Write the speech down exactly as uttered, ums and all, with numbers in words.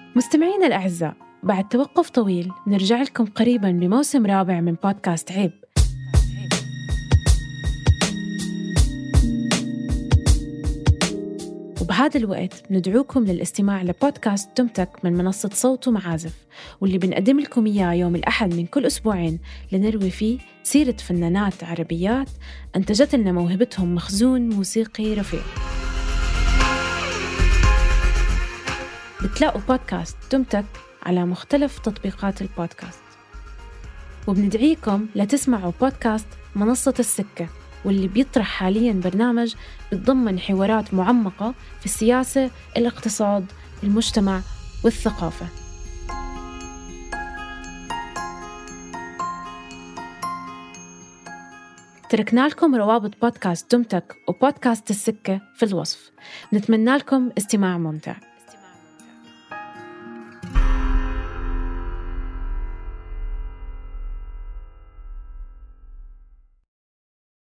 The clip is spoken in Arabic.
مستمعينا الأعزاء، بعد توقف طويل نرجع لكم قريباً بموسم رابع من بودكاست عيب. وبهذا الوقت ندعوكم للاستماع لبودكاست تمتك من منصة صوت ومعازف، واللي بنقدم لكم إياه يوم الأحد من كل أسبوعين لنروي فيه سيرة فنانات عربيات أنتجت لنا موهبتهم مخزون موسيقي رفيع. بتلاقوا بودكاست تمتك على مختلف تطبيقات البودكاست، وبندعيكم لتسمعوا بودكاست منصة السكة، واللي بيطرح حالياً برنامج بتضمن حوارات معمقة في السياسة، الاقتصاد، المجتمع والثقافة. تركنا لكم روابط بودكاست تمتك وبودكاست السكة في الوصف. نتمنى لكم استماع ممتع.